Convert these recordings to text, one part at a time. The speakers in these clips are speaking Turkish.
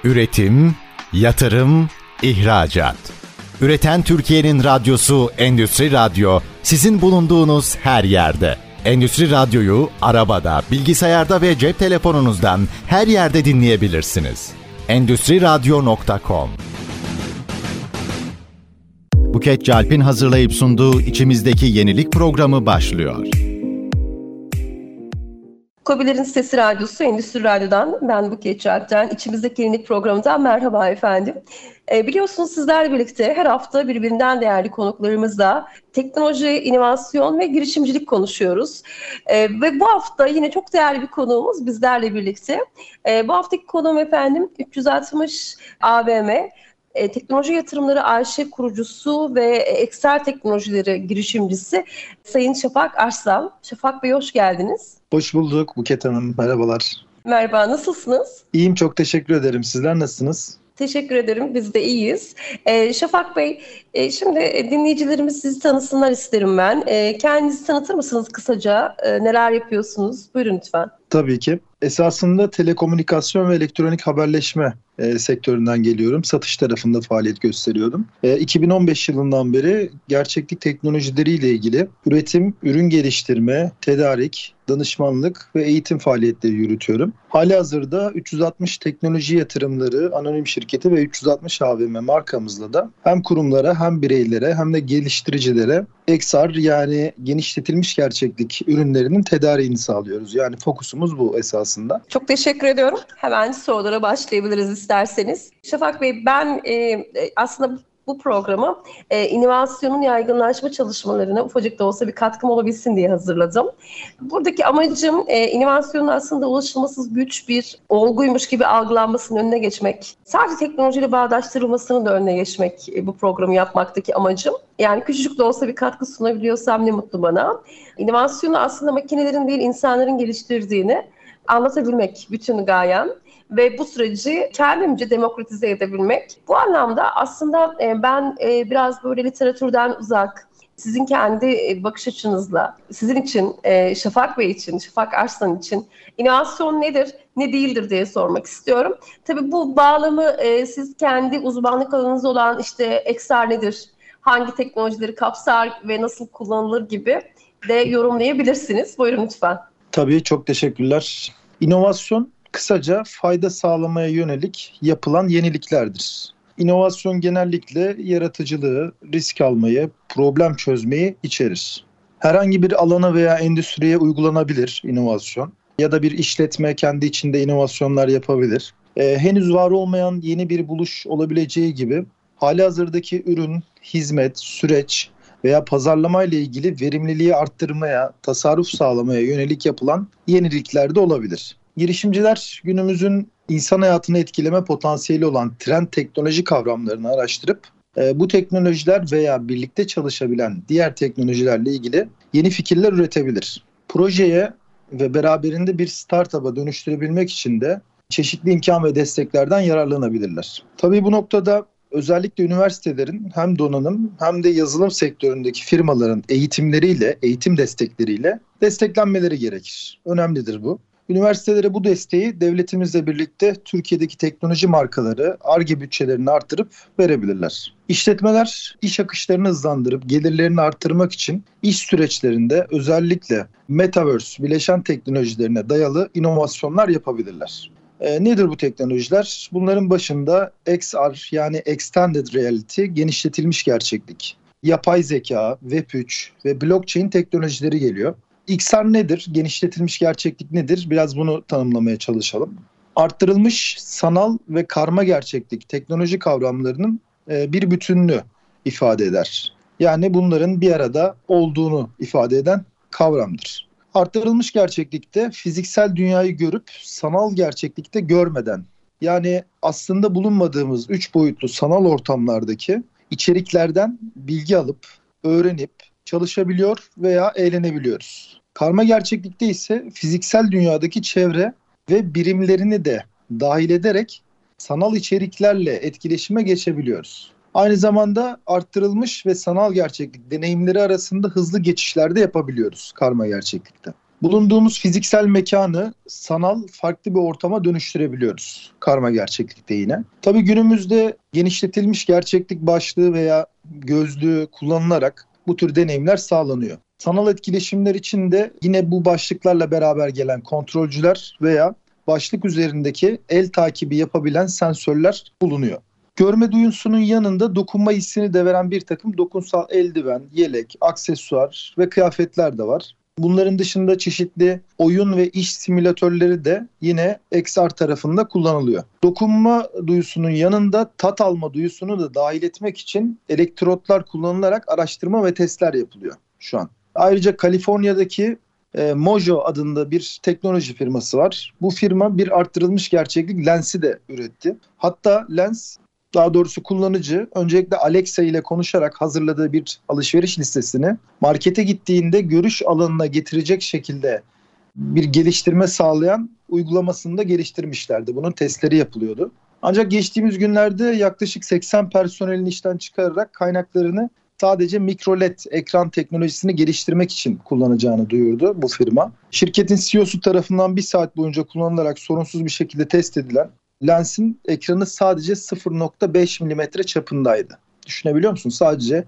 Üretim, yatırım, ihracat. Üreten Türkiye'nin radyosu Endüstri Radyo, sizin bulunduğunuz her yerde. Endüstri Radyo'yu arabada, bilgisayarda ve cep telefonunuzdan her yerde dinleyebilirsiniz. Endüstriradyo.com. Buket Calp'in hazırlayıp sunduğu İçimizdeki Yenilik programı başlıyor. KOBİ'lerin Sesi Radyosu Endüstri Radyo'dan ben Buket Calp'ten İçimizdeki Yenilik programından merhaba efendim. Biliyorsunuz sizlerle birlikte her hafta birbirinden değerli konuklarımızla teknoloji, inovasyon ve girişimcilik konuşuyoruz. Ve bu hafta yine çok değerli bir konuğumuz bizlerle birlikte. Bu haftaki konuğum efendim 360 AVM. Teknoloji Yatırımları AŞ kurucusu ve Excel Teknolojileri girişimcisi Sayın Şafak Arslan. Şafak Bey hoş geldiniz. Hoş bulduk Buket Hanım, merhabalar. Merhaba, nasılsınız? İyiyim, çok teşekkür ederim. Sizler nasılsınız? Teşekkür ederim, biz de iyiyiz. Şafak Bey, şimdi dinleyicilerimiz sizi tanısınlar isterim ben. Kendinizi tanıtır mısınız kısaca? Neler yapıyorsunuz? Buyurun lütfen. Tabii ki. Esasında telekomünikasyon ve elektronik haberleşme sektöründen geliyorum. Satış tarafında faaliyet gösteriyordum. 2015 yılından beri gerçeklik teknolojileriyle ilgili üretim, ürün geliştirme, tedarik, danışmanlık ve eğitim faaliyetleri yürütüyorum. Halihazırda 360 Teknoloji Yatırımları Anonim Şirketi ve 360 AVM markamızla da hem kurumlara hem bireylere hem de geliştiricilere XR yani genişletilmiş gerçeklik ürünlerinin tedariğini sağlıyoruz. Yani fokusumuz bu esasında. Çok teşekkür ediyorum. Hemen sorulara başlayabiliriz isterseniz. Şafak Bey, ben aslında bu programı inovasyonun yaygınlaşma çalışmalarına ufacık da olsa bir katkım olabilsin diye hazırladım. Buradaki amacım inovasyonun aslında ulaşılmasız güç bir olguymuş gibi algılanmasının önüne geçmek. Sadece teknolojiyle bağdaştırılmasının da önüne geçmek bu programı yapmaktaki amacım. Yani küçücük de olsa bir katkı sunabiliyorsam ne mutlu bana. İnovasyonu aslında makinelerin değil insanların geliştirdiğini anlatabilmek bütün gayem. Ve bu süreci kendimce demokratize edebilmek. Bu anlamda aslında ben biraz böyle literatürden uzak, sizin kendi bakış açınızla, sizin için, Şafak Bey için, Şafak Arslan için inovasyon nedir, ne değildir diye sormak istiyorum. Tabii bu bağlamı siz kendi uzmanlık alanınız olan işte XR nedir, hangi teknolojileri kapsar ve nasıl kullanılır gibi de yorumlayabilirsiniz. Buyurun lütfen. Tabii, çok teşekkürler. İnovasyon kısaca fayda sağlamaya yönelik yapılan yeniliklerdir. İnovasyon genellikle yaratıcılığı, risk almayı, problem çözmeyi içerir. Herhangi bir alana veya endüstriye uygulanabilir inovasyon ya da bir işletme kendi içinde inovasyonlar yapabilir. Henüz var olmayan yeni bir buluş olabileceği gibi halihazırdaki ürün, hizmet, süreç veya pazarlama ile ilgili verimliliği arttırmaya, tasarruf sağlamaya yönelik yapılan yenilikler de olabilir. Girişimciler günümüzün insan hayatını etkileme potansiyeli olan trend teknoloji kavramlarını araştırıp bu teknolojiler veya birlikte çalışabilen diğer teknolojilerle ilgili yeni fikirler üretebilir. Projeye ve beraberinde bir startup'a dönüştürebilmek için de çeşitli imkan ve desteklerden yararlanabilirler. Tabii bu noktada özellikle üniversitelerin hem donanım hem de yazılım sektöründeki firmaların eğitimleriyle, eğitim destekleriyle desteklenmeleri gerekir. Önemlidir bu. Üniversitelere bu desteği devletimizle birlikte Türkiye'deki teknoloji markaları Ar-Ge bütçelerini artırıp verebilirler. İşletmeler iş akışlarını hızlandırıp gelirlerini artırmak için iş süreçlerinde özellikle Metaverse, bileşen teknolojilerine dayalı inovasyonlar yapabilirler. Nedir bu teknolojiler? Bunların başında XR yani Extended Reality, genişletilmiş gerçeklik, yapay zeka, Web3 ve blockchain teknolojileri geliyor. XR nedir? Genişletilmiş gerçeklik nedir? Biraz bunu tanımlamaya çalışalım. Arttırılmış sanal ve karma gerçeklik teknoloji kavramlarının bir bütününü ifade eder. Yani bunların bir arada olduğunu ifade eden kavramdır. Arttırılmış gerçeklikte fiziksel dünyayı görüp sanal gerçeklikte görmeden, yani aslında bulunmadığımız 3 boyutlu sanal ortamlardaki içeriklerden bilgi alıp, öğrenip, çalışabiliyor veya eğlenebiliyoruz. Karma gerçeklikte ise fiziksel dünyadaki çevre ve birimlerini de dahil ederek sanal içeriklerle etkileşime geçebiliyoruz. Aynı zamanda arttırılmış ve sanal gerçeklik deneyimleri arasında hızlı geçişler de yapabiliyoruz karma gerçeklikte. Bulunduğumuz fiziksel mekanı sanal farklı bir ortama dönüştürebiliyoruz. Karma gerçeklikte yine. Tabii günümüzde genişletilmiş gerçeklik başlığı veya gözlüğü kullanılarak bu tür deneyimler sağlanıyor. Sanal etkileşimler için de yine bu başlıklarla beraber gelen kontrolcüler veya başlık üzerindeki el takibi yapabilen sensörler bulunuyor. Görme duyusunun yanında dokunma hissini de veren bir takım dokunsal eldiven, yelek, aksesuar ve kıyafetler de var. Bunların dışında çeşitli oyun ve iş simülatörleri de yine XR tarafında kullanılıyor. Dokunma duyusunun yanında tat alma duyusunu da dahil etmek için elektrotlar kullanılarak araştırma ve testler yapılıyor şu an. Ayrıca Kaliforniya'daki Mojo adında bir teknoloji firması var. Bu firma bir arttırılmış gerçeklik lensi de üretti. Hatta lens, daha doğrusu kullanıcı öncelikle Alexa ile konuşarak hazırladığı bir alışveriş listesini markete gittiğinde görüş alanına getirecek şekilde bir geliştirme sağlayan uygulamasını da geliştirmişlerdi. Bunun testleri yapılıyordu. Ancak geçtiğimiz günlerde yaklaşık 80 personelin işten çıkararak kaynaklarını sadece mikro LED ekran teknolojisini geliştirmek için kullanacağını duyurdu bu firma. Şirketin CEO'su tarafından 1 saat boyunca kullanılarak sorunsuz bir şekilde test edilen lensin ekranı sadece 0.5 mm çapındaydı. Düşünebiliyor musun? Sadece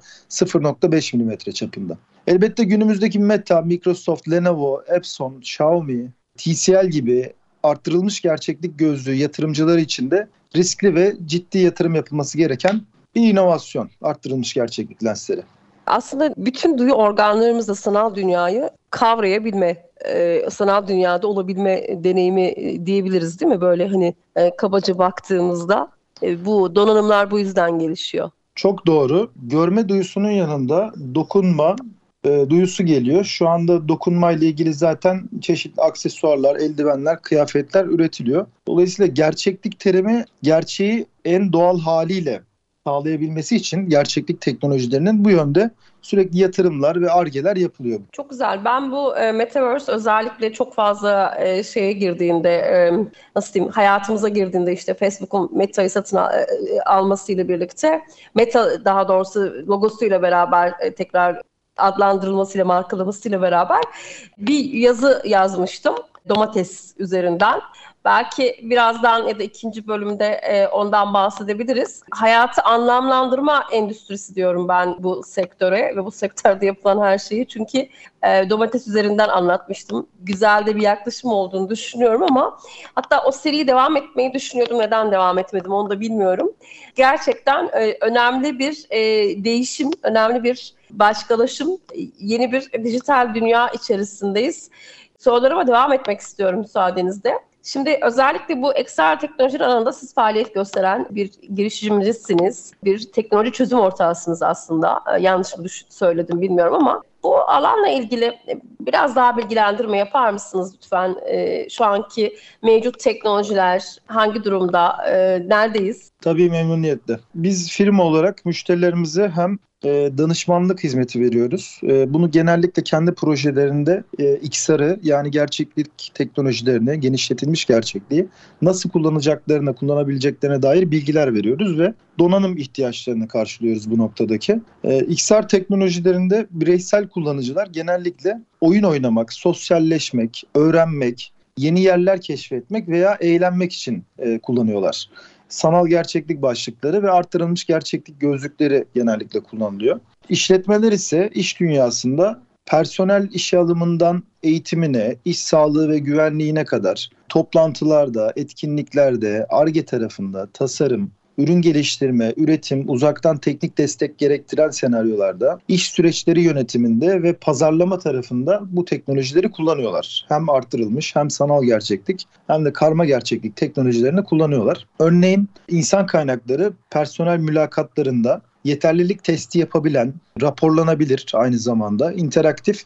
0.5 mm çapında. Elbette günümüzdeki Meta, Microsoft, Lenovo, Epson, Xiaomi, TCL gibi arttırılmış gerçeklik gözlüğü yatırımcıları için de riskli ve ciddi yatırım yapılması gereken bir inovasyon arttırılmış gerçeklik lensleri. Aslında bütün duyu organlarımızla sanal dünyayı kavrayabilme, sanal dünyada olabilme deneyimi diyebiliriz değil mi? Böyle hani kabaca baktığımızda bu donanımlar bu yüzden gelişiyor. Çok doğru. Görme duyusunun yanında dokunma duyusu geliyor. Şu anda dokunma ile ilgili zaten çeşitli aksesuarlar, eldivenler, kıyafetler üretiliyor. Dolayısıyla gerçeklik terimi gerçeği en doğal haliyle sağlayabilmesi için gerçeklik teknolojilerinin bu yönde sürekli yatırımlar ve argeler yapılıyor. Çok güzel. Ben bu Metaverse özellikle çok fazla şeye girdiğinde, nasıl diyeyim, hayatımıza girdiğinde işte Facebook'un Meta'yı satın almasıyla birlikte, Meta daha doğrusu logosuyla beraber tekrar adlandırılmasıyla, markalamasıyla beraber bir yazı yazmıştım domates üzerinden. Belki birazdan ya da ikinci bölümde ondan bahsedebiliriz. Hayatı anlamlandırma endüstrisi diyorum ben bu sektöre ve bu sektörde yapılan her şeyi. Çünkü domates üzerinden anlatmıştım. Güzel de bir yaklaşım olduğunu düşünüyorum ama hatta o seriyi devam etmeyi düşünüyordum. Neden devam etmedim onu da bilmiyorum. Gerçekten önemli bir değişim, önemli bir başkalaşım, yeni bir dijital dünya içerisindeyiz. Sorularıma devam etmek istiyorum müsaadenizle. Şimdi özellikle bu XR teknoloji alanında siz faaliyet gösteren bir girişimcisiniz. Bir teknoloji çözüm ortağısınız aslında. Yanlış mı söyledim bilmiyorum ama bu alanla ilgili biraz daha bilgilendirme yapar mısınız lütfen? Şu anki mevcut teknolojiler hangi durumda, neredeyiz? Tabii memnuniyetle. Biz firma olarak müşterilerimize hem danışmanlık hizmeti veriyoruz. Bunu genellikle kendi projelerinde XR'ı yani gerçeklik teknolojilerini, genişletilmiş gerçekliği nasıl kullanacaklarına, kullanabileceklerine dair bilgiler veriyoruz ve donanım ihtiyaçlarını karşılıyoruz bu noktadaki. XR teknolojilerinde bireysel kullanıcılar genellikle oyun oynamak, sosyalleşmek, öğrenmek, yeni yerler keşfetmek veya eğlenmek için kullanıyorlar. Sanal gerçeklik başlıkları ve artırılmış gerçeklik gözlükleri genellikle kullanılıyor. İşletmeler ise iş dünyasında personel işe alımından eğitimine, iş sağlığı ve güvenliğine kadar toplantılarda, etkinliklerde, Ar-Ge tarafında, tasarım, ürün geliştirme, üretim, uzaktan teknik destek gerektiren senaryolarda, iş süreçleri yönetiminde ve pazarlama tarafında bu teknolojileri kullanıyorlar. Hem artırılmış hem sanal gerçeklik hem de karma gerçeklik teknolojilerini kullanıyorlar. Örneğin insan kaynakları personel mülakatlarında yeterlilik testi yapabilen, raporlanabilir aynı zamanda interaktif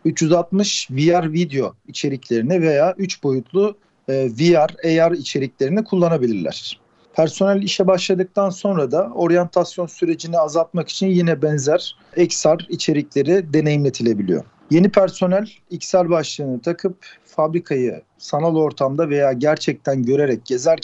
360 VR video içeriklerini veya 3 boyutlu VR, AR içeriklerini kullanabilirler. Personel işe başladıktan sonra da oryantasyon sürecini azaltmak için yine benzer XR içerikleri deneyimletilebiliyor. Yeni personel XR başlığını takıp fabrikayı sanal ortamda veya gerçekten görerek gezerken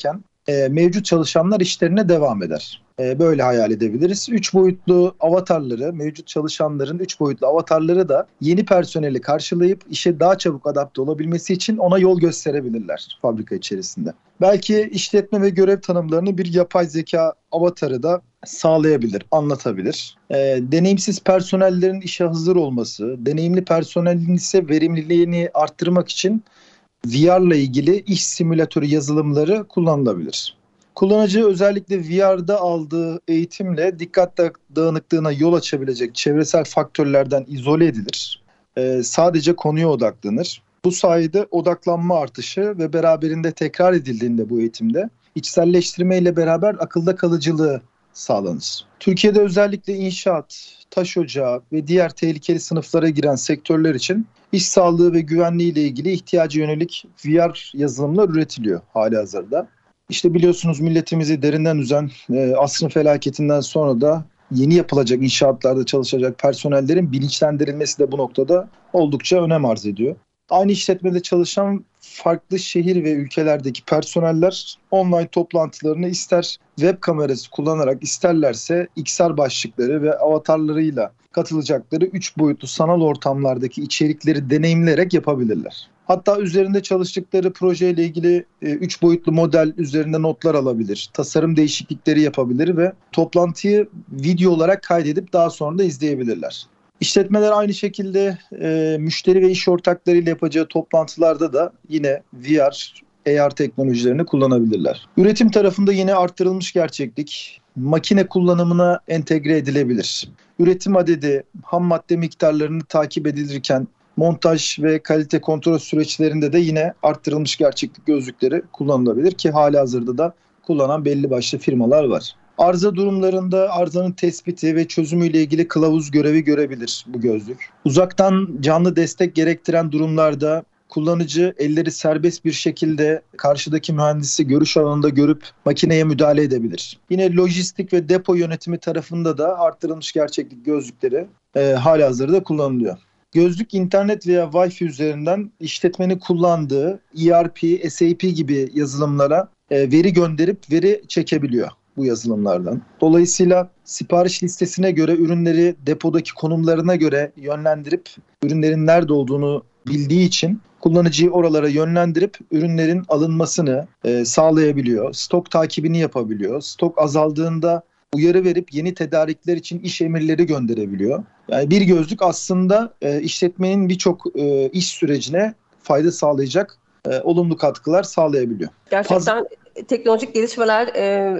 mevcut çalışanlar işlerine devam eder. Böyle hayal edebiliriz. 3 boyutlu avatarları, mevcut çalışanların 3 boyutlu avatarları da yeni personeli karşılayıp işe daha çabuk adapte olabilmesi için ona yol gösterebilirler fabrika içerisinde. Belki işletme ve görev tanımlarını bir yapay zeka avatarı da sağlayabilir, anlatabilir. Deneyimsiz personellerin işe hazır olması, deneyimli personelin ise verimliliğini arttırmak için VR'la ilgili iş simülatörü yazılımları kullanılabilir. Kullanıcı özellikle VR'da aldığı eğitimle dikkat dağınıklığına yol açabilecek çevresel faktörlerden izole edilir. Sadece konuya odaklanır. Bu sayede odaklanma artışı ve beraberinde tekrar edildiğinde bu eğitimde içselleştirme ile beraber akılda kalıcılığı sağlanır. Türkiye'de özellikle inşaat, taş ocağı ve diğer tehlikeli sınıflara giren sektörler için iş sağlığı ve güvenliği ile ilgili ihtiyaca yönelik VR yazılımlar üretiliyor halihazırda. İşte biliyorsunuz milletimizi derinden üzen asrın felaketinden sonra da yeni yapılacak inşaatlarda çalışacak personellerin bilinçlendirilmesi de bu noktada oldukça önem arz ediyor. Aynı işletmede çalışan farklı şehir ve ülkelerdeki personeller online toplantılarını ister web kamerası kullanarak isterlerse XR başlıkları ve avatarlarıyla katılacakları 3 boyutlu sanal ortamlardaki içerikleri deneyimleyerek yapabilirler. Hatta üzerinde çalıştıkları projeyle ilgili 3 boyutlu model üzerinde notlar alabilir, tasarım değişiklikleri yapabilir ve toplantıyı video olarak kaydedip daha sonra da izleyebilirler. İşletmeler aynı şekilde müşteri ve iş ortaklarıyla yapacağı toplantılarda da yine VR, AR teknolojilerini kullanabilirler. Üretim tarafında yine arttırılmış gerçeklik, makine kullanımına entegre edilebilir. Üretim adedi, ham madde miktarlarını takip edilirken montaj ve kalite kontrol süreçlerinde de yine arttırılmış gerçeklik gözlükleri kullanılabilir ki halihazırda da kullanan belli başlı firmalar var. Arıza durumlarında arızanın tespiti ve çözümüyle ilgili kılavuz görevi görebilir bu gözlük. Uzaktan canlı destek gerektiren durumlarda kullanıcı elleri serbest bir şekilde karşıdaki mühendisi görüş alanında görüp makineye müdahale edebilir. Yine lojistik ve depo yönetimi tarafında da arttırılmış gerçeklik gözlükleri halihazırda kullanılıyor. Gözlük internet veya Wi-Fi üzerinden işletmenin kullandığı ERP, SAP gibi yazılımlara veri gönderip veri çekebiliyor bu yazılımlardan. Dolayısıyla sipariş listesine göre ürünleri depodaki konumlarına göre yönlendirip ürünlerin nerede olduğunu bildiği için kullanıcıyı oralara yönlendirip ürünlerin alınmasını sağlayabiliyor. Stok takibini yapabiliyor. Stok azaldığında uyarı verip yeni tedarikler için iş emirleri gönderebiliyor. Yani bir gözlük aslında işletmenin birçok iş sürecine fayda sağlayacak olumlu katkılar sağlayabiliyor. Gerçekten teknolojik gelişmeler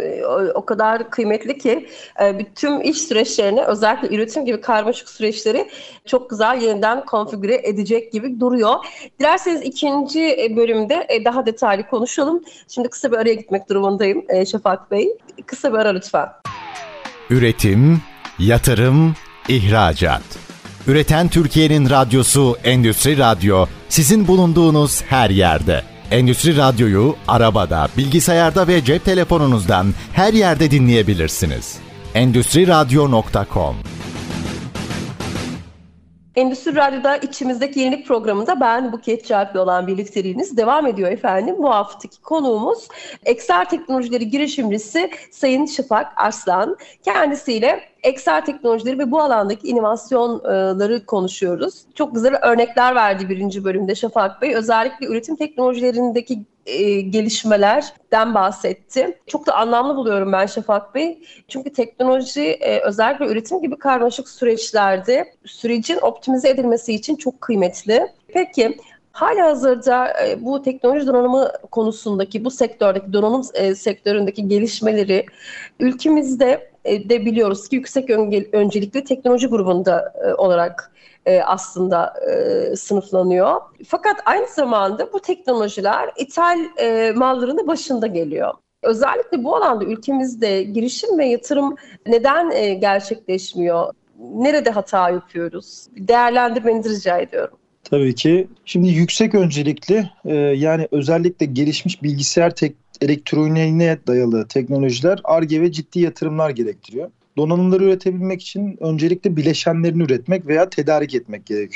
o kadar kıymetli ki bütün iş süreçlerini, özellikle üretim gibi karmaşık süreçleri çok güzel yeniden konfigüre edecek gibi duruyor. Dilerseniz ikinci bölümde daha detaylı konuşalım. Şimdi kısa bir araya gitmek durumundayım Şafak Bey. Kısa bir ara lütfen. Üretim, yatırım, ihracat. Üreten Türkiye'nin radyosu Endüstri Radyo, sizin bulunduğunuz her yerde. Endüstri Radyo'yu arabada, bilgisayarda ve cep telefonunuzdan her yerde dinleyebilirsiniz. Endüstriradyo.com. Endüstri Radyo'da içimizdeki yenilik programında ben Buket Çarp'la olan birlikteliğiniz devam ediyor efendim. Bu haftaki konuğumuz XR Teknolojileri girişimcisi Sayın Şafak Arslan. Kendisiyle XR teknolojileri ve bu alandaki inovasyonları konuşuyoruz. Çok güzel örnekler verdi birinci bölümde Şafak Bey. Özellikle üretim teknolojilerindeki gelişmelerden bahsetti. Çok da anlamlı buluyorum ben Şafak Bey. Çünkü teknoloji özellikle üretim gibi karmaşık süreçlerde sürecin optimize edilmesi için çok kıymetli. Peki halihazırda bu teknoloji donanımı konusundaki, bu sektördeki, donanım sektöründeki gelişmeleri ülkemizde de biliyoruz ki yüksek öncelikli teknoloji grubunda olarak aslında sınıflanıyor. Fakat aynı zamanda bu teknolojiler ithal mallarının başında geliyor. Özellikle bu alanda ülkemizde girişim ve yatırım neden gerçekleşmiyor? Nerede hata yapıyoruz? Değerlendirmenizi rica ediyorum. Tabii ki. Şimdi yüksek öncelikli yani özellikle gelişmiş bilgisayar elektroniğine dayalı teknolojiler Ar-Ge ve ciddi yatırımlar gerektiriyor. Donanımları üretebilmek için öncelikle bileşenlerini üretmek veya tedarik etmek gerekiyor.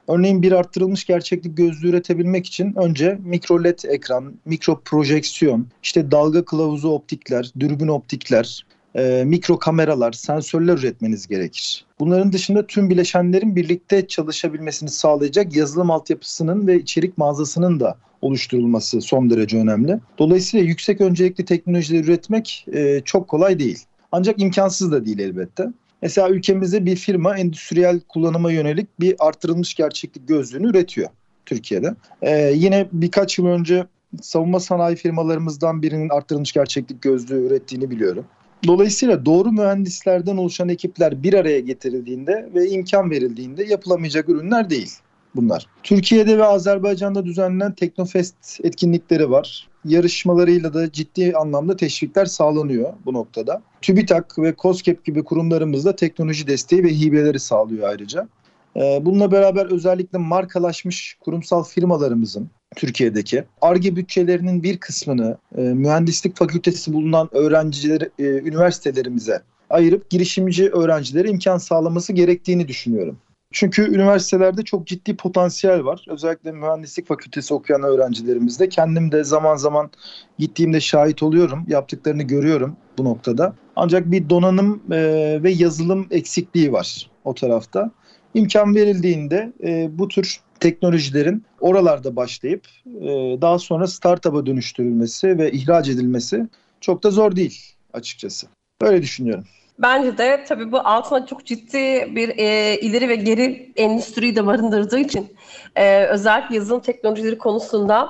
Örneğin bir arttırılmış gerçeklik gözlüğü üretebilmek için önce mikro LED ekran, mikro projeksiyon, işte dalga kılavuzu optikler, dürbün optikler, mikro kameralar, sensörler üretmeniz gerekir. Bunların dışında tüm bileşenlerin birlikte çalışabilmesini sağlayacak yazılım altyapısının ve içerik mağazasının da oluşturulması son derece önemli. Dolayısıyla yüksek öncelikli teknolojileri üretmek çok kolay değil. Ancak imkansız da değil elbette. Mesela ülkemizde bir firma endüstriyel kullanıma yönelik bir artırılmış gerçeklik gözlüğünü üretiyor Türkiye'de. Yine birkaç yıl önce savunma sanayi firmalarımızdan birinin artırılmış gerçeklik gözlüğü ürettiğini biliyorum. Dolayısıyla doğru mühendislerden oluşan ekipler bir araya getirildiğinde ve imkan verildiğinde yapılamayacak ürünler değil bunlar. Türkiye'de ve Azerbaycan'da düzenlenen Teknofest etkinlikleri var. Yarışmalarıyla da ciddi anlamda teşvikler sağlanıyor bu noktada. TÜBİTAK ve KOSGEB gibi kurumlarımız da teknoloji desteği ve hibeleri sağlıyor ayrıca. Bununla beraber özellikle markalaşmış kurumsal firmalarımızın Türkiye'deki Ar-Ge bütçelerinin bir kısmını mühendislik fakültesi bulunan öğrencileri üniversitelerimize ayırıp girişimci öğrencilere imkan sağlaması gerektiğini düşünüyorum. Çünkü üniversitelerde çok ciddi potansiyel var. Özellikle mühendislik fakültesi okuyan öğrencilerimizde. Kendim de zaman zaman gittiğimde şahit oluyorum. Yaptıklarını görüyorum bu noktada. Ancak bir donanım ve yazılım eksikliği var o tarafta. İmkan verildiğinde bu tür teknolojilerin oralarda başlayıp daha sonra startup'a dönüştürülmesi ve ihraç edilmesi çok da zor değil açıkçası. Böyle düşünüyorum. Bence de tabii bu altına çok ciddi bir ileri ve geri endüstriyi de barındırdığı için özellikle yazılım teknolojileri konusunda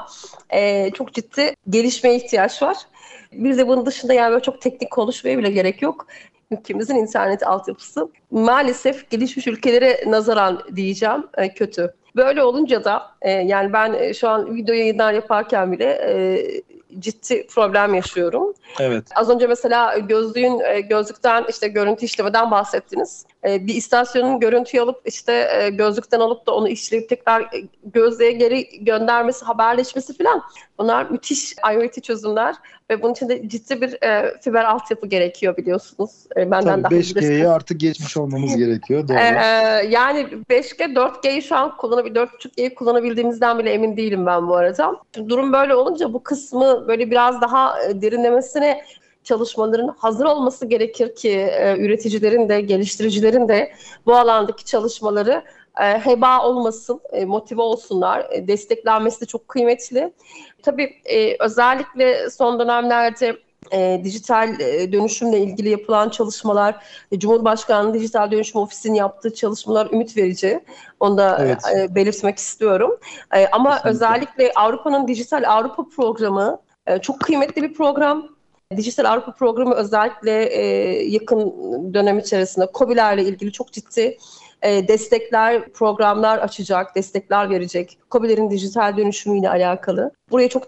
çok ciddi gelişmeye ihtiyaç var. Bir de bunun dışında yani böyle çok teknik konuşmaya bile gerek yok. Ülkemizin internet altyapısı maalesef gelişmiş ülkelere nazaran diyeceğim kötü. Böyle olunca da yani ben şu an video yayınlar yaparken bile ciddi problem yaşıyorum. Evet. Az önce mesela gözlükten işte görüntü işlemeden bahsettiniz. Bir istasyonun görüntüyü alıp işte gözlükten alıp da onu işleyip tekrar gözlüğe geri göndermesi, haberleşmesi falan. Bunlar müthiş IoT çözümler ve bunun için de ciddi bir fiber altyapı gerekiyor biliyorsunuz. Benden Tabii daha 5G'ye artık geçmiş olmamız gerekiyor. Doğru. Yani 5G, 4G'yi şu an 4.5G'yi kullanabildiğimizden bile emin değilim ben bu arada. Durum böyle olunca bu kısmı böyle biraz daha derinlemesine çalışmaların hazır olması gerekir ki üreticilerin de geliştiricilerin de bu alandaki çalışmaları heba olmasın, motive olsunlar. Desteklenmesi de çok kıymetli. Tabii özellikle son dönemlerde dijital dönüşümle ilgili yapılan çalışmalar, Cumhurbaşkanlığı Dijital Dönüşüm Ofisi'nin yaptığı çalışmalar ümit verici. Onu da belirtmek istiyorum. Ama kesinlikle. Özellikle Avrupa'nın Dijital Avrupa Programı çok kıymetli bir program. Dijital Avrupa Programı özellikle yakın dönem içerisinde KOBİ'lerle ilgili çok ciddi destekler, programlar açacak, destekler verecek. KOBİ'lerin dijital dönüşümüyle alakalı. Buraya çok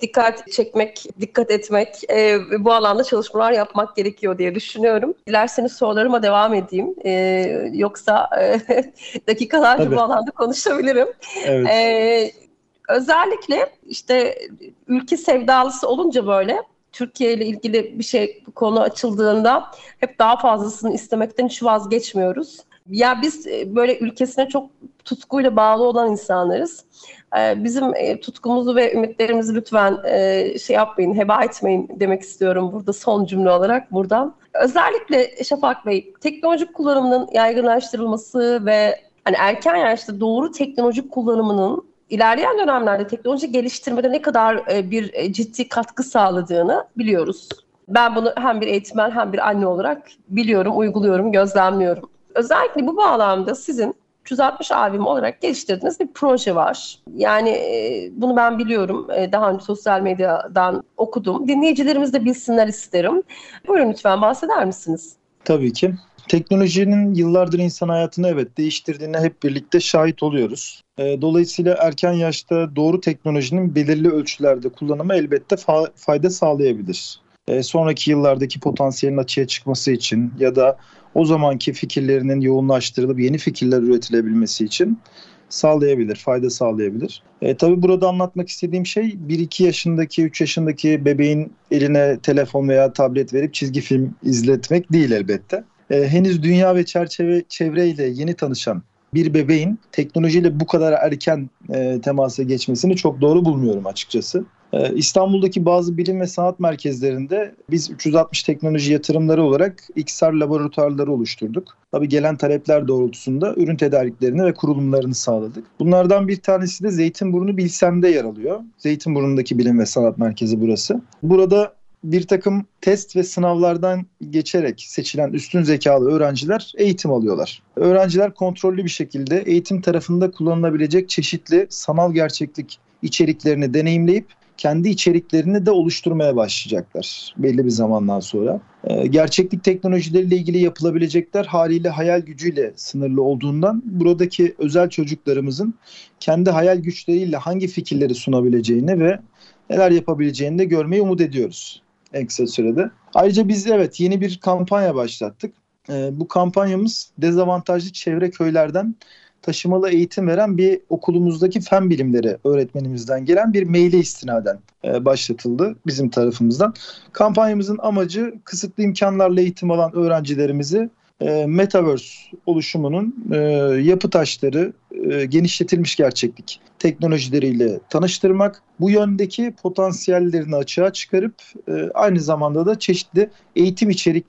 dikkat etmek ve bu alanda çalışmalar yapmak gerekiyor diye düşünüyorum. Dilerseniz sorularıma devam edeyim. Yoksa dakikalarca bu alanda konuşabilirim. Evet. Özellikle işte ülke sevdalısı olunca böyle Türkiye ile ilgili bir konu açıldığında hep daha fazlasını istemekten hiç vazgeçmiyoruz. Ya biz böyle ülkesine çok tutkuyla bağlı olan insanlarız. Bizim tutkumuzu ve ümitlerimizi lütfen yapmayın, heba etmeyin demek istiyorum burada son cümle olarak buradan. Özellikle Şafak Bey, teknolojik kullanımının yaygınlaştırılması ve hani erken yaşta doğru teknolojik kullanımının ilerleyen dönemlerde teknoloji geliştirmede ne kadar bir ciddi katkı sağladığını biliyoruz. Ben bunu hem bir eğitmen hem bir anne olarak biliyorum, uyguluyorum, gözlemliyorum. Özellikle bu bağlamda sizin 360 albüm olarak geliştirdiğiniz bir proje var. Yani bunu ben biliyorum. Daha önce sosyal medyadan okudum. Dinleyicilerimiz de bilsinler isterim. Buyurun lütfen bahseder misiniz? Tabii ki. Teknolojinin yıllardır insan hayatını değiştirdiğine hep birlikte şahit oluyoruz. Dolayısıyla erken yaşta doğru teknolojinin belirli ölçülerde kullanımı elbette fayda sağlayabilir. Sonraki yıllardaki potansiyelin açığa çıkması için ya da o zamanki fikirlerinin yoğunlaştırılıp yeni fikirler üretilebilmesi için fayda sağlayabilir. Tabii burada anlatmak istediğim şey 1-2 yaşındaki, 3 yaşındaki bebeğin eline telefon veya tablet verip çizgi film izletmek değil elbette. Henüz dünya ve çevreyle yeni tanışan bir bebeğin teknolojiyle bu kadar erken temasa geçmesini çok doğru bulmuyorum açıkçası. İstanbul'daki bazı bilim ve sanat merkezlerinde biz 360 teknoloji yatırımları olarak XR laboratuvarları oluşturduk. Tabii gelen talepler doğrultusunda ürün tedariklerini ve kurulumlarını sağladık. Bunlardan bir tanesi de Zeytinburnu Bilsem'de yer alıyor. Zeytinburnu'ndaki bilim ve sanat merkezi burası. Burada bir takım test ve sınavlardan geçerek seçilen üstün zekalı öğrenciler eğitim alıyorlar. Öğrenciler kontrollü bir şekilde eğitim tarafında kullanılabilecek çeşitli sanal gerçeklik içeriklerini deneyimleyip kendi içeriklerini de oluşturmaya başlayacaklar belli bir zamandan sonra. Gerçeklik teknolojileriyle ilgili yapılabilecekler haliyle hayal gücüyle sınırlı olduğundan buradaki özel çocuklarımızın kendi hayal güçleriyle hangi fikirleri sunabileceğini ve neler yapabileceğini de görmeyi umut ediyoruz en kısa sürede. Ayrıca biz yeni bir kampanya başlattık. Bu kampanyamız dezavantajlı çevre köylerden taşımalı eğitim veren bir okulumuzdaki fen bilimleri öğretmenimizden gelen bir maile istinaden başlatıldı bizim tarafımızdan. Kampanyamızın amacı kısıtlı imkanlarla eğitim alan öğrencilerimizi Metaverse oluşumunun yapı taşları, genişletilmiş gerçeklik teknolojileriyle tanıştırmak, bu yöndeki potansiyellerini açığa çıkarıp aynı zamanda da çeşitli eğitim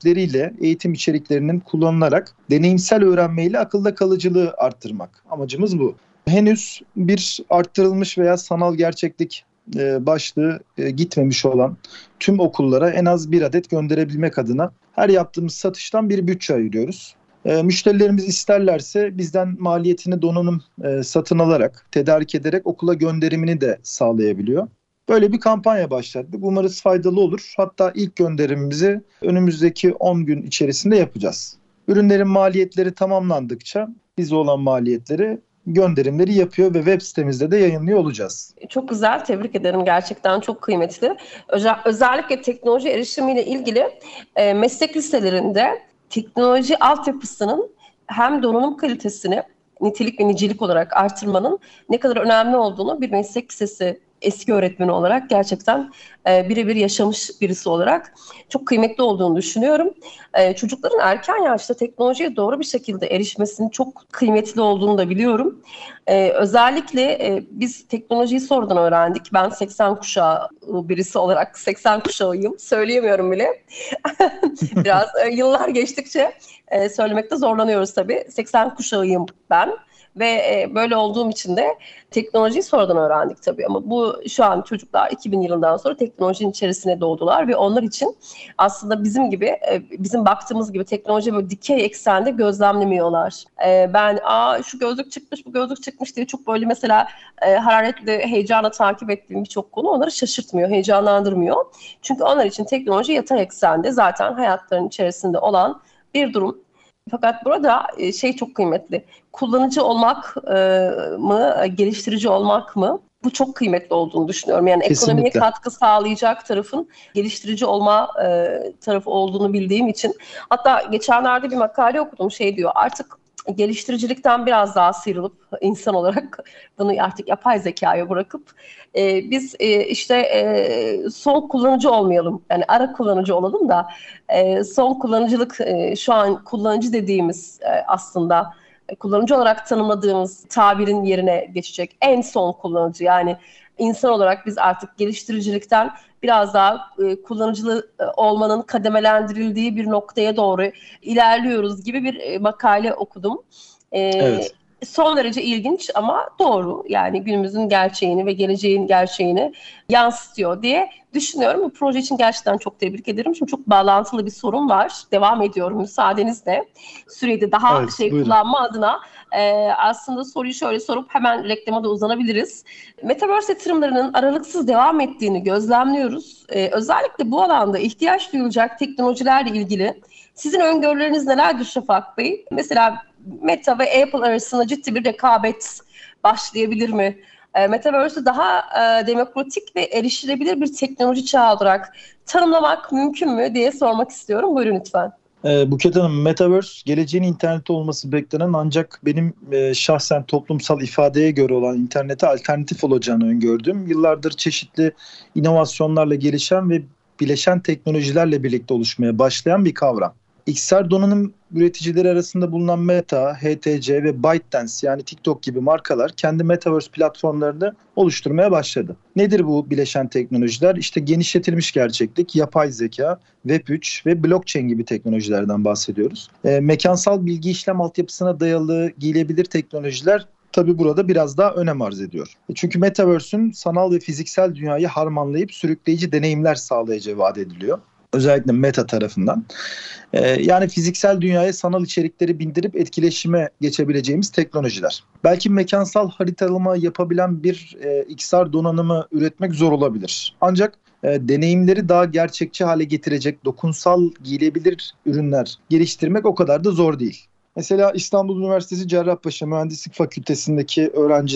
içeriklerinin kullanılarak deneyimsel öğrenmeyle akılda kalıcılığı arttırmak. Amacımız bu. Henüz bir arttırılmış veya sanal gerçeklik başlığı gitmemiş olan tüm okullara en az bir adet gönderebilmek adına her yaptığımız satıştan bir bütçe ayırıyoruz. Müşterilerimiz isterlerse bizden maliyetini donanım satın alarak, tedarik ederek okula gönderimini de sağlayabiliyor. Böyle bir kampanya başlattık. Umarız faydalı olur. Hatta ilk gönderimimizi önümüzdeki 10 gün içerisinde yapacağız. Ürünlerin maliyetleri tamamlandıkça bize olan maliyetleri gönderimleri yapıyor ve web sitemizde de yayınlıyor olacağız. Çok güzel, tebrik ederim. Gerçekten çok kıymetli. Özellikle teknoloji erişimiyle ilgili meslek liselerinde teknoloji altyapısının hem donanım kalitesini nitelik ve nicelik olarak artırmanın ne kadar önemli olduğunu bir meslek lisesi eski öğretmeni olarak gerçekten birebir yaşamış birisi olarak çok kıymetli olduğunu düşünüyorum. Çocukların erken yaşta teknolojiye doğru bir şekilde erişmesinin çok kıymetli olduğunu da biliyorum. Özellikle biz teknolojiyi sonradan öğrendik. Ben 80 kuşağı birisi olarak 80 kuşağıyım. Söyleyemiyorum bile. Biraz yıllar geçtikçe söylemekte zorlanıyoruz tabii. 80 kuşağıyım ben. Ve böyle olduğum için de teknolojiyi sonradan öğrendik tabii. Ama bu şu an çocuklar 2000 yılından sonra teknolojinin içerisine doğdular ve onlar için aslında bizim gibi, bizim baktığımız gibi teknoloji böyle dikey eksende gözlemlemiyorlar. Ben şu gözlük çıkmış, bu gözlük çıkmış diye çok böyle mesela hararetle, heyecanla takip ettiğim birçok konu onları şaşırtmıyor, heyecanlandırmıyor. Çünkü onlar için teknoloji yatay eksende zaten hayatlarının içerisinde olan bir durum. Fakat burada çok kıymetli. Kullanıcı olmak mı, geliştirici olmak mı? Bu çok kıymetli olduğunu düşünüyorum. Yani kesinlikle. Ekonomiye katkı sağlayacak tarafın geliştirici olma tarafı olduğunu bildiğim için. Hatta geçenlerde bir makale okudum, diyor artık geliştiricilikten biraz daha sıyrılıp insan olarak bunu artık yapay zekaya bırakıp biz son kullanıcı olmayalım. Yani ara kullanıcı olalım da son kullanıcılık şu an kullanıcı dediğimiz aslında kullanıcı olarak tanımladığımız tabirin yerine geçecek en son kullanıcı. Yani insan olarak biz artık geliştiricilikten biraz daha kullanıcılı olmanın kademelendirildiği bir noktaya doğru ilerliyoruz gibi bir makale okudum. Evet. Son derece ilginç ama doğru. Yani günümüzün gerçeğini ve geleceğin gerçeğini yansıtıyor diye düşünüyorum. Bu proje için gerçekten çok tebrik ederim. Şimdi çok bağlantılı bir sorun var. Devam ediyorum müsaadenizle. Sürede daha kullanma adına aslında soruyu şöyle sorup hemen reklama da uzanabiliriz. Metaverse yatırımlarının aralıksız devam ettiğini gözlemliyoruz. Özellikle bu alanda ihtiyaç duyulacak teknolojilerle ilgili sizin öngörüleriniz nelerdir Şafak Bey? Mesela Meta ve Apple arasında ciddi bir rekabet başlayabilir mi? Metaverse'ü daha demokratik ve erişilebilir bir teknoloji çağı olarak tanımlamak mümkün mü diye sormak istiyorum. Buyurun lütfen. Buket Hanım, Metaverse geleceğin interneti olması beklenen ancak benim şahsen toplumsal ifadeye göre olan internete alternatif olacağını öngördüm. Yıllardır çeşitli inovasyonlarla gelişen ve bileşen teknolojilerle birlikte oluşmaya başlayan bir kavram. XR donanım üreticileri arasında bulunan Meta, HTC ve ByteDance yani TikTok gibi markalar kendi Metaverse platformlarını oluşturmaya başladı. Nedir bu bileşen teknolojiler? İşte genişletilmiş gerçeklik, yapay zeka, Web3 ve blockchain gibi teknolojilerden bahsediyoruz. Mekansal bilgi işlem altyapısına dayalı giyilebilir teknolojiler tabii burada biraz daha önem arz ediyor. Çünkü Metaverse'ün sanal ve fiziksel dünyayı harmanlayıp sürükleyici deneyimler sağlayacağı vaat ediliyor. Özellikle Meta tarafından. Yani fiziksel dünyaya sanal içerikleri bindirip etkileşime geçebileceğimiz teknolojiler. Belki mekansal haritalama yapabilen bir XR donanımı üretmek zor olabilir. Ancak deneyimleri daha gerçekçi hale getirecek dokunsal giyilebilir ürünler geliştirmek o kadar da zor değil. Mesela İstanbul Üniversitesi Cerrahpaşa Mühendislik Fakültesi'ndeki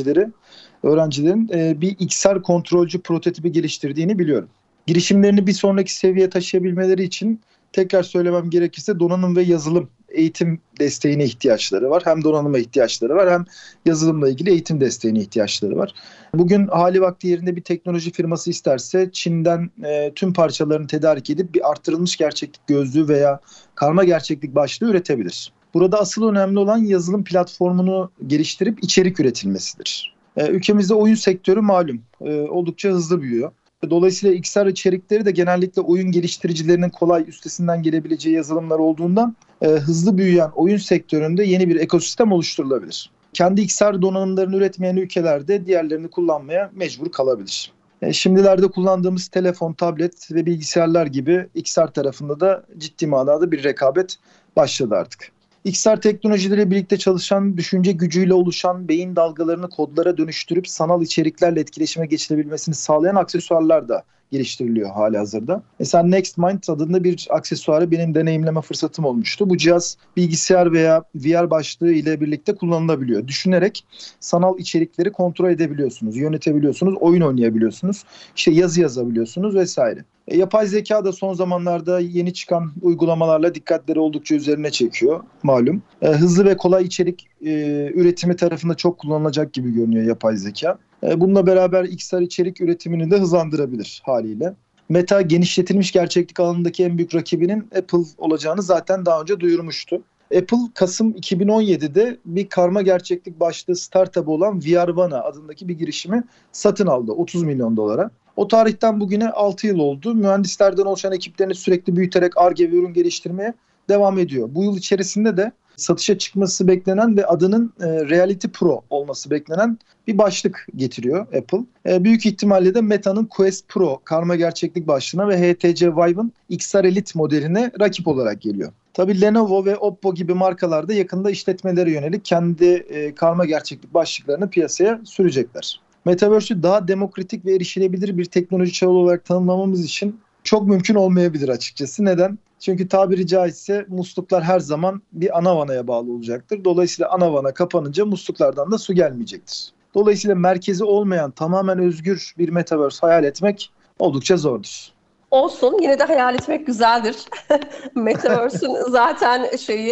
öğrencilerin bir XR kontrolcü prototipi geliştirdiğini biliyorum. Girişimlerini bir sonraki seviyeye taşıyabilmeleri için tekrar söylemem gerekirse donanım ve yazılım eğitim desteğine ihtiyaçları var. Hem donanıma ihtiyaçları var hem yazılımla ilgili eğitim desteğine ihtiyaçları var. Bugün hali vakti yerinde bir teknoloji firması isterse Çin'den tüm parçalarını tedarik edip bir artırılmış gerçeklik gözlüğü veya karma gerçeklik başlığı üretebilir. Burada asıl önemli olan yazılım platformunu geliştirip içerik üretilmesidir. Ülkemizde oyun sektörü malum oldukça hızlı büyüyor. Dolayısıyla XR içerikleri de genellikle oyun geliştiricilerinin kolay üstesinden gelebileceği yazılımlar olduğundan hızlı büyüyen oyun sektöründe yeni bir ekosistem oluşturulabilir. Kendi XR donanımlarını üretmeyen ülkelerde diğerlerini kullanmaya mecbur kalabilir. Şimdilerde kullandığımız telefon, tablet ve bilgisayarlar gibi XR tarafında da ciddi manada bir rekabet başladı artık. XR teknolojileriyle birlikte çalışan, düşünce gücüyle oluşan, beyin dalgalarını kodlara dönüştürüp sanal içeriklerle etkileşime geçilebilmesini sağlayan aksesuarlar da geliştiriliyor halihazırda. Mesela NextMind adında bir aksesuarı benim deneyimleme fırsatım olmuştu. Bu cihaz bilgisayar veya VR başlığı ile birlikte kullanılabiliyor. Düşünerek sanal içerikleri kontrol edebiliyorsunuz, yönetebiliyorsunuz, oyun oynayabiliyorsunuz, işte yazı yazabiliyorsunuz vesaire. Yapay zeka da son zamanlarda yeni çıkan uygulamalarla dikkatleri oldukça üzerine çekiyor malum. Hızlı ve kolay içerik üretimi tarafında çok kullanılacak gibi görünüyor yapay zeka. Bununla beraber XR içerik üretimini de hızlandırabilir haliyle. Meta genişletilmiş gerçeklik alanındaki en büyük rakibinin Apple olacağını zaten daha önce duyurmuştu. Apple Kasım 2017'de bir karma gerçeklik başlığı startup'ı olan VRVana adındaki bir girişimi satın aldı 30 milyon dolara. O tarihten bugüne 6 yıl oldu. Mühendislerden oluşan ekiplerini sürekli büyüterek Ar-Ge ve ürün geliştirmeye devam ediyor. Bu yıl içerisinde de satışa çıkması beklenen ve adının Reality Pro olması beklenen bir başlık getiriyor Apple. Büyük ihtimalle de Meta'nın Quest Pro karma gerçeklik başlığına ve HTC Vive'ın XR Elite modeline rakip olarak geliyor. Tabii Lenovo ve Oppo gibi markalar da yakında işletmelere yönelik kendi karma gerçeklik başlıklarını piyasaya sürecekler. Metaverse'ü daha demokratik ve erişilebilir bir teknoloji çağı olarak tanımlamamız için çok mümkün olmayabilir açıkçası. Neden? Çünkü tabiri caizse musluklar her zaman bir ana vanaya bağlı olacaktır. Dolayısıyla ana vana kapanınca musluklardan da su gelmeyecektir. Dolayısıyla merkezi olmayan tamamen özgür bir metaverse hayal etmek oldukça zordur. Olsun, yine de hayal etmek güzeldir. Metaverse'ün zaten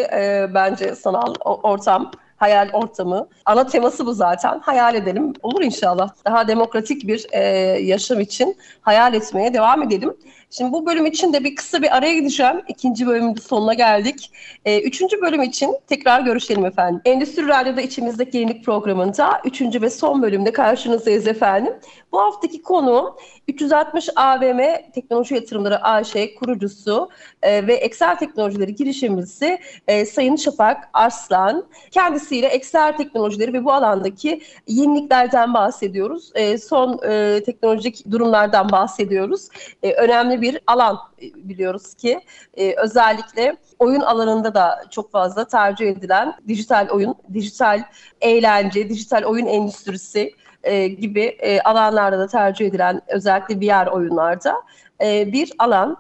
bence sanal ortam, hayal ortamı. Ana teması bu zaten. Hayal edelim. Olur inşallah. Daha demokratik bir yaşam için hayal etmeye devam edelim. Şimdi bu bölüm için de kısa bir araya gideceğim. 2. bölümün sonuna geldik. 3. bölüm için tekrar görüşelim efendim. Endüstri Radyo'da içimizdeki yenilik programında 3. ve son bölümde karşınızdayız efendim. Bu haftaki konu 360 AVM Teknoloji Yatırımları AŞ kurucusu ve Excel Teknolojileri girişimcisi Sayın Şafak Arslan. Kendisiyle Excel teknolojileri ve bu alandaki yeniliklerden bahsediyoruz. Son teknolojik durumlardan bahsediyoruz. Önemli bir alan biliyoruz ki özellikle oyun alanında da çok fazla tercih edilen dijital oyun, dijital eğlence, dijital oyun endüstrisi gibi alanlarda da tercih edilen özellikle VR oyunlarda bir alan.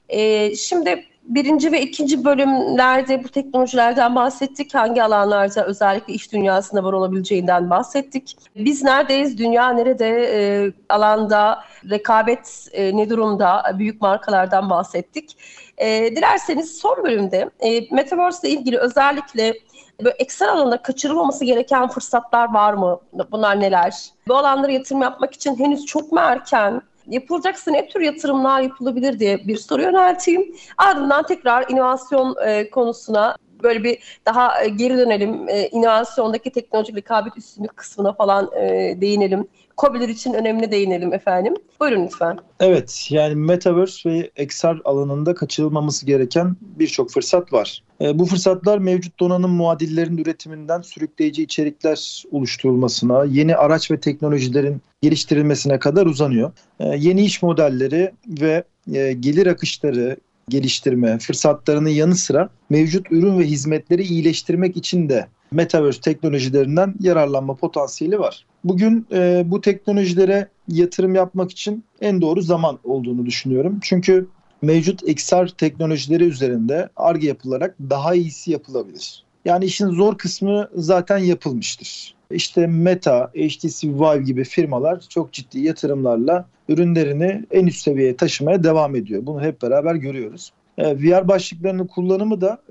Şimdi 1. ve 2. bölümlerde bu teknolojilerden bahsettik. Hangi alanlarda özellikle iş dünyasında var olabileceğinden bahsettik. Biz neredeyiz? Dünya nerede? Alanda rekabet ne durumda? Büyük markalardan bahsettik. Dilerseniz son bölümde Metaverse ile ilgili özellikle böyle Excel alanında kaçırılmaması gereken fırsatlar var mı? Bunlar neler? Bu alanlara yatırım yapmak için henüz çok mu erken? yapılacaksa ne tür yatırımlar yapılabilir diye bir soru yönelteyim. Ardından tekrar inovasyon konusuna böyle bir daha geri dönelim. İnovasyondaki teknolojik rekabet üstünlük kısmına falan değinelim. KOBİ'ler için önemli değinelim efendim. Buyurun lütfen. Evet, yani Metaverse ve XR alanında kaçırılmaması gereken birçok fırsat var. Bu fırsatlar mevcut donanım muadillerinin üretiminden sürükleyici içerikler oluşturulmasına, yeni araç ve teknolojilerin geliştirilmesine kadar uzanıyor. Yeni iş modelleri ve gelir akışları geliştirme fırsatlarının yanı sıra mevcut ürün ve hizmetleri iyileştirmek için de Metaverse teknolojilerinden yararlanma potansiyeli var. Bugün bu teknolojilere yatırım yapmak için en doğru zaman olduğunu düşünüyorum. Çünkü mevcut XR teknolojileri üzerinde Ar-Ge yapılarak daha iyisi yapılabilir. Yani işin zor kısmı zaten yapılmıştır. İşte Meta, HTC Vive gibi firmalar çok ciddi yatırımlarla ürünlerini en üst seviyeye taşımaya devam ediyor. Bunu hep beraber görüyoruz. VR başlıklarının kullanımı da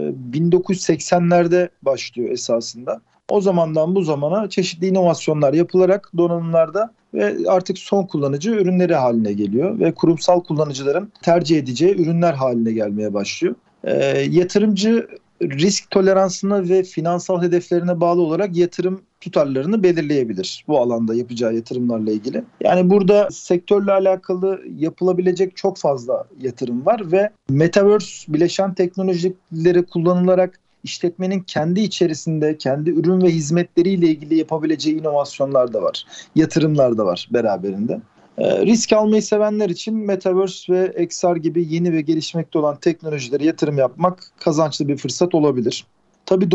1980'lerde başlıyor esasında. O zamandan bu zamana çeşitli inovasyonlar yapılarak donanımlarda ve artık son kullanıcı ürünleri haline geliyor ve kurumsal kullanıcıların tercih edeceği ürünler haline gelmeye başlıyor. Yatırımcı risk toleransına ve finansal hedeflerine bağlı olarak yatırım tutarlarını belirleyebilir bu alanda yapacağı yatırımlarla ilgili. Yani burada sektörle alakalı yapılabilecek çok fazla yatırım var ve Metaverse bileşen teknolojileri kullanılarak işletmenin kendi içerisinde kendi ürün ve hizmetleriyle ilgili yapabileceği inovasyonlar da var, yatırımlar da var beraberinde. Risk almayı sevenler için Metaverse ve XR gibi yeni ve gelişmekte olan teknolojilere yatırım yapmak kazançlı bir fırsat olabilir. Tabii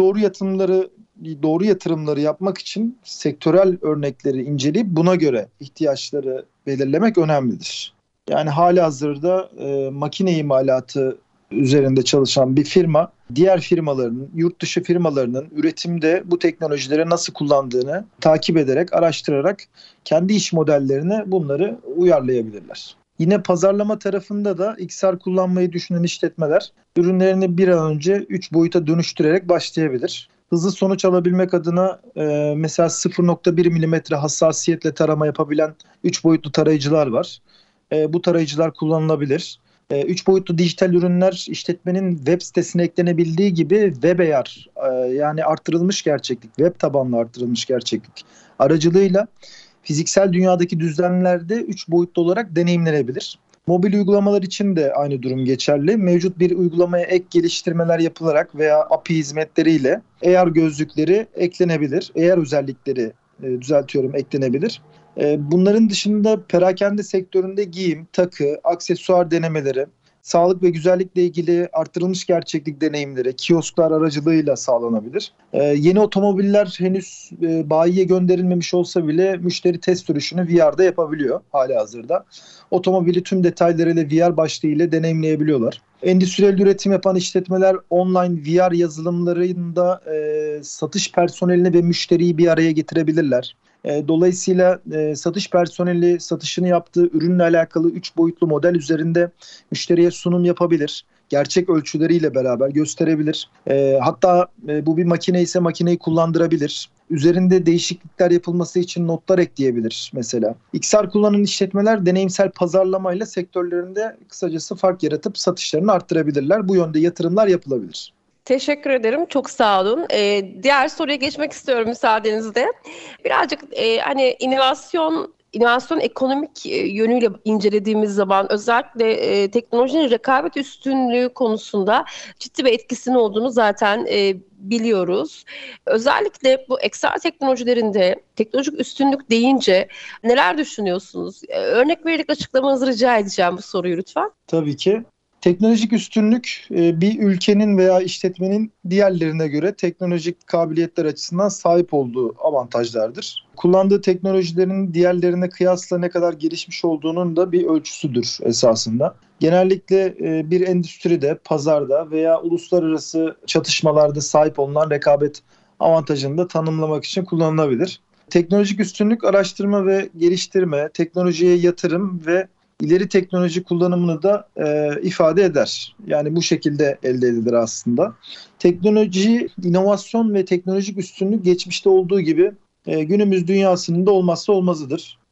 doğru yatırımları yapmak için sektörel örnekleri inceleyip buna göre ihtiyaçları belirlemek önemlidir. Yani halihazırda makine imalatı üzerinde çalışan bir firma diğer firmaların, yurt dışı firmalarının üretimde bu teknolojileri nasıl kullandığını takip ederek, araştırarak kendi iş modellerine bunları uyarlayabilirler. Yine pazarlama tarafında da XR kullanmayı düşünen işletmeler ürünlerini bir an önce 3 boyuta dönüştürerek başlayabilir. Hızlı sonuç alabilmek adına mesela 0.1 mm hassasiyetle tarama yapabilen 3 boyutlu tarayıcılar var. Bu tarayıcılar kullanılabilir. 3 boyutlu dijital ürünler işletmenin web sitesine eklenebildiği gibi WebAR yani artırılmış gerçeklik, web tabanlı artırılmış gerçeklik aracılığıyla fiziksel dünyadaki düzlemlerde 3 boyutlu olarak deneyimlenebilir. Mobil uygulamalar için de aynı durum geçerli. Mevcut bir uygulamaya ek geliştirmeler yapılarak veya API hizmetleriyle AR gözlükleri eklenebilir. AR özellikleri eklenebilir. Bunların dışında perakende sektöründe giyim, takı, aksesuar denemeleri, sağlık ve güzellikle ilgili artırılmış gerçeklik deneyimleri kiosklar aracılığıyla sağlanabilir. Yeni otomobiller henüz bayiye gönderilmemiş olsa bile müşteri test sürüşünü VR'da yapabiliyor halihazırda. Otomobili tüm detaylarıyla VR başlığıyla deneyimleyebiliyorlar. Endüstriyel üretim yapan işletmeler online VR yazılımlarında satış personelini ve müşteriyi bir araya getirebilirler. Dolayısıyla satış personeli satışını yaptığı ürünle alakalı 3 boyutlu model üzerinde müşteriye sunum yapabilir. Gerçek ölçüleriyle beraber gösterebilir. Hatta bu bir makine ise makineyi kullandırabilir. Üzerinde değişiklikler yapılması için notlar ekleyebilir mesela. XR kullanan işletmeler deneyimsel pazarlamayla sektörlerinde kısacası fark yaratıp satışlarını arttırabilirler. Bu yönde yatırımlar yapılabilir. Teşekkür ederim. Çok sağ olun. Diğer soruya geçmek istiyorum müsaadenizle. Birazcık hani inovasyon ekonomik yönüyle incelediğimiz zaman özellikle teknolojinin rekabet üstünlüğü konusunda ciddi bir etkisinin olduğunu zaten biliyoruz. Özellikle bu XR teknolojilerinde teknolojik üstünlük deyince neler düşünüyorsunuz? Örnek vererek açıklamanızı rica edeceğim bu soruyu lütfen. Tabii ki. Teknolojik üstünlük bir ülkenin veya işletmenin diğerlerine göre teknolojik kabiliyetler açısından sahip olduğu avantajlardır. Kullandığı teknolojilerin diğerlerine kıyasla ne kadar gelişmiş olduğunun da bir ölçüsüdür esasında. Genellikle bir endüstride, pazarda veya uluslararası çatışmalarda sahip olunan rekabet avantajını da tanımlamak için kullanılabilir. Teknolojik üstünlük araştırma ve geliştirme, teknolojiye yatırım ve ileri teknoloji kullanımını da ifade eder. Yani bu şekilde elde edilir aslında. Teknoloji, inovasyon ve teknolojik üstünlük geçmişte olduğu gibi günümüz dünyasının da olmazsa olmazıdır.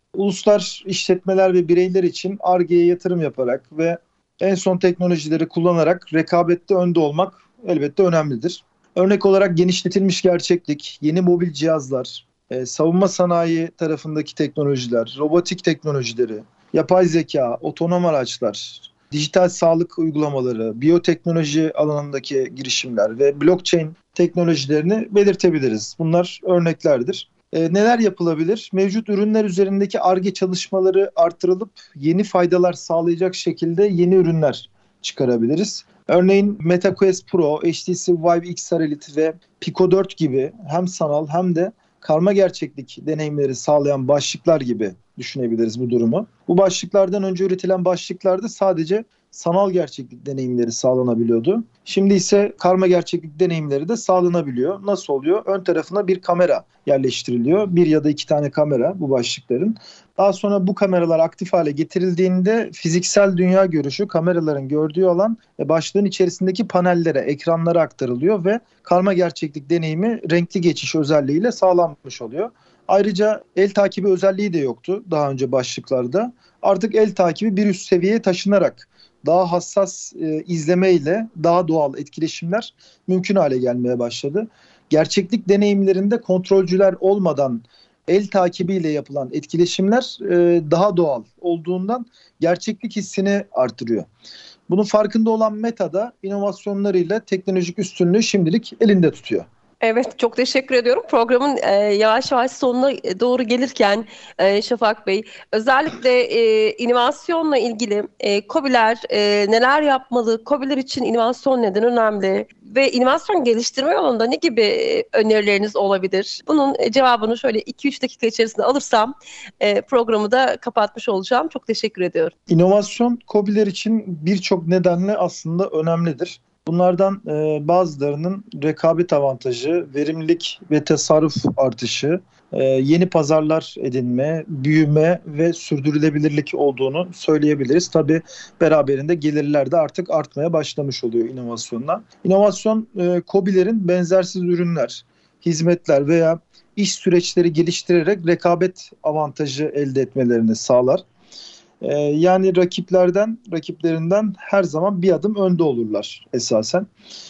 Uluslar, işletmeler ve bireyler için Ar-Ge'ye yatırım yaparak ve en son teknolojileri kullanarak rekabette önde olmak elbette önemlidir. Örnek olarak genişletilmiş gerçeklik, yeni mobil cihazlar, savunma sanayi tarafındaki teknolojiler, robotik teknolojileri, yapay zeka, otonom araçlar, dijital sağlık uygulamaları, biyoteknoloji alanındaki girişimler ve blockchain teknolojilerini belirtebiliriz. Bunlar örneklerdir. Neler yapılabilir? Mevcut ürünler üzerindeki Ar-Ge çalışmaları artırılıp yeni faydalar sağlayacak şekilde yeni ürünler çıkarabiliriz. Örneğin MetaQuest Pro, HTC Vive XR Elite ve Pico 4 gibi hem sanal hem de karma gerçeklik deneyimleri sağlayan başlıklar gibi düşünebiliriz bu durumu. Bu başlıklardan önce üretilen başlıklarda sadece sanal gerçeklik deneyimleri sağlanabiliyordu. Şimdi ise karma gerçeklik deneyimleri de sağlanabiliyor. Nasıl oluyor? Ön tarafına bir kamera yerleştiriliyor. Bir ya da iki tane kamera bu başlıkların. Daha sonra bu kameralar aktif hale getirildiğinde fiziksel dünya görüşü kameraların gördüğü alan ve başlığın içerisindeki panellere, ekranlara aktarılıyor ve karma gerçeklik deneyimi renkli geçiş özelliğiyle sağlanmış oluyor. Ayrıca el takibi özelliği de yoktu daha önce başlıklarda. Artık el takibi bir üst seviyeye taşınarak daha hassas izleme ile daha doğal etkileşimler mümkün hale gelmeye başladı. Gerçeklik deneyimlerinde kontrolcüler olmadan el takibiyle yapılan etkileşimler daha doğal olduğundan gerçeklik hissini artırıyor. Bunun farkında olan Meta da inovasyonlarıyla teknolojik üstünlüğü şimdilik elinde tutuyor. Evet, çok teşekkür ediyorum. Programın yavaş yavaş sonuna doğru gelirken Şafak Bey, özellikle inovasyonla ilgili KOBİ'ler neler yapmalı? KOBİ'ler için inovasyon neden önemli? Ve inovasyon geliştirme yolunda ne gibi önerileriniz olabilir? Bunun cevabını şöyle 2-3 dakika içerisinde alırsam programı da kapatmış olacağım. Çok teşekkür ediyorum. İnovasyon KOBİ'ler için birçok nedenle aslında önemlidir. Bunlardan bazılarının rekabet avantajı, verimlilik ve tasarruf artışı, yeni pazarlar edinme, büyüme ve sürdürülebilirlik olduğunu söyleyebiliriz. Tabii beraberinde gelirler de artık artmaya başlamış oluyor inovasyonla. İnovasyon, KOBİ'lerin benzersiz ürünler, hizmetler veya iş süreçleri geliştirerek rekabet avantajı elde etmelerini sağlar. Yani rakiplerinden her zaman bir adım önde olurlar esasen.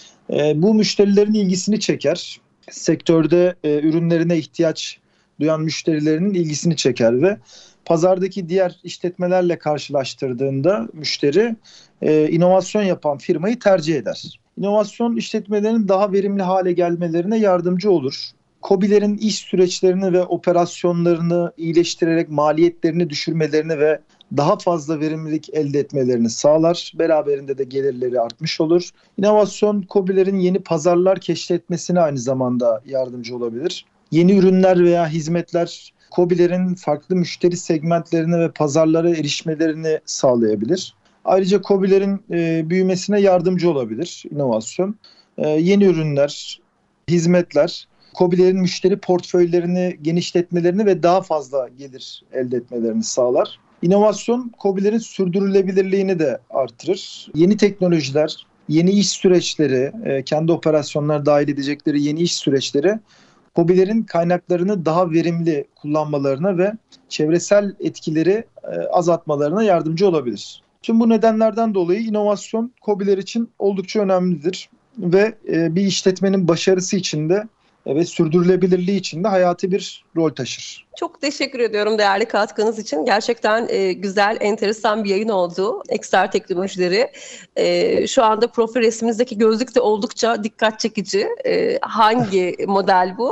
Bu müşterilerin ilgisini çeker. Sektörde ürünlerine ihtiyaç duyan müşterilerinin ilgisini çeker ve pazardaki diğer işletmelerle karşılaştırdığında müşteri inovasyon yapan firmayı tercih eder. İnovasyon işletmelerin daha verimli hale gelmelerine yardımcı olur. KOBİ'lerin iş süreçlerini ve operasyonlarını iyileştirerek maliyetlerini düşürmelerini ve daha fazla verimlilik elde etmelerini sağlar. Beraberinde de gelirleri artmış olur. İnovasyon KOBİ'lerin yeni pazarlar keşfetmesine aynı zamanda yardımcı olabilir. Yeni ürünler veya hizmetler KOBİ'lerin farklı müşteri segmentlerine ve pazarlara erişmelerini sağlayabilir. Ayrıca KOBİ'lerin büyümesine yardımcı olabilir inovasyon. Yeni ürünler, hizmetler KOBİ'lerin müşteri portföylerini genişletmelerini ve daha fazla gelir elde etmelerini sağlar. İnovasyon KOBİ'lerin sürdürülebilirliğini de artırır. Yeni teknolojiler, yeni iş süreçleri, kendi operasyonlar dahil edecekleri yeni iş süreçleri KOBİ'lerin kaynaklarını daha verimli kullanmalarına ve çevresel etkileri azaltmalarına yardımcı olabilir. Tüm bu nedenlerden dolayı inovasyon KOBİ'ler için oldukça önemlidir ve bir işletmenin başarısı için de ve sürdürülebilirliği için de hayati bir rol taşır. Çok teşekkür ediyorum değerli katkınız için. Gerçekten güzel, enteresan bir yayın oldu. XR teknolojileri. Şu anda profil resminizdeki gözlük de oldukça dikkat çekici. Hangi model bu?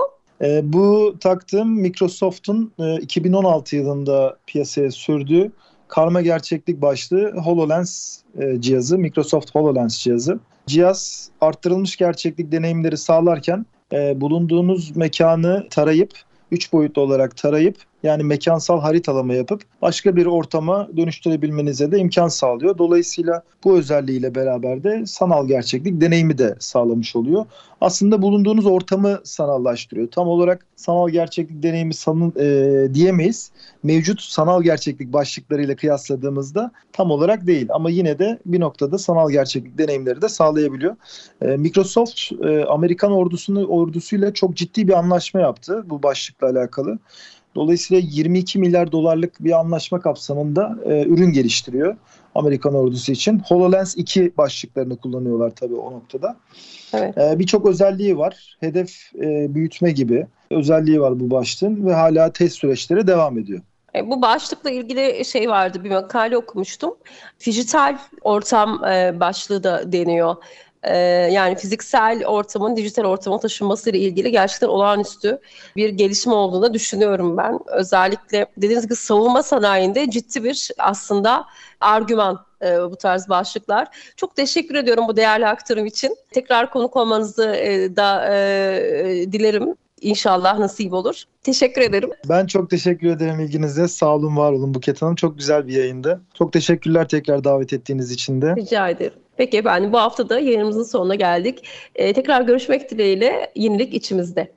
Bu taktığım Microsoft'un 2016 yılında piyasaya sürdüğü karma gerçeklik başlığı HoloLens cihazı, Microsoft HoloLens cihazı. Cihaz arttırılmış gerçeklik deneyimleri sağlarken bulunduğunuz mekanı tarayıp 3 boyutlu olarak tarayıp yani mekansal haritalama yapıp başka bir ortama dönüştürebilmenize de imkan sağlıyor. Dolayısıyla bu özelliğiyle beraber de sanal gerçeklik deneyimi de sağlamış oluyor. Aslında bulunduğunuz ortamı sanallaştırıyor. Tam olarak sanal gerçeklik deneyimi diyemeyiz. Mevcut sanal gerçeklik başlıklarıyla kıyasladığımızda tam olarak değil. Ama yine de bir noktada sanal gerçeklik deneyimleri de sağlayabiliyor. Microsoft Amerikan ordusuyla çok ciddi bir anlaşma yaptı bu başlıkla alakalı. Dolayısıyla 22 milyar dolarlık bir anlaşma kapsamında ürün geliştiriyor Amerikan ordusu için. HoloLens 2 başlıklarını kullanıyorlar tabii o noktada. Evet. Birçok özelliği var. Hedef büyütme gibi özelliği var bu başlığın ve hala test süreçleri devam ediyor. Bu başlıkla ilgili şey vardı, bir makale okumuştum. Dijital ortam başlığı da deniyor. Yani fiziksel ortamın dijital ortama taşınmasıyla ilgili gerçekten olağanüstü bir gelişme olduğunu düşünüyorum ben. Özellikle dediğiniz gibi savunma sanayinde ciddi bir aslında argüman bu tarz başlıklar. Çok teşekkür ediyorum bu değerli aktarım için. Tekrar konuk olmanızı da dilerim. İnşallah nasip olur. Teşekkür ederim. Ben çok teşekkür ederim ilginize. Sağ olun, var olun Buket Hanım. Çok güzel bir yayındı. Çok teşekkürler tekrar davet ettiğiniz için de. Rica ederim. Peki efendim, bu hafta da yayınımızın sonuna geldik. Tekrar görüşmek dileğiyle, yenilik içimizde.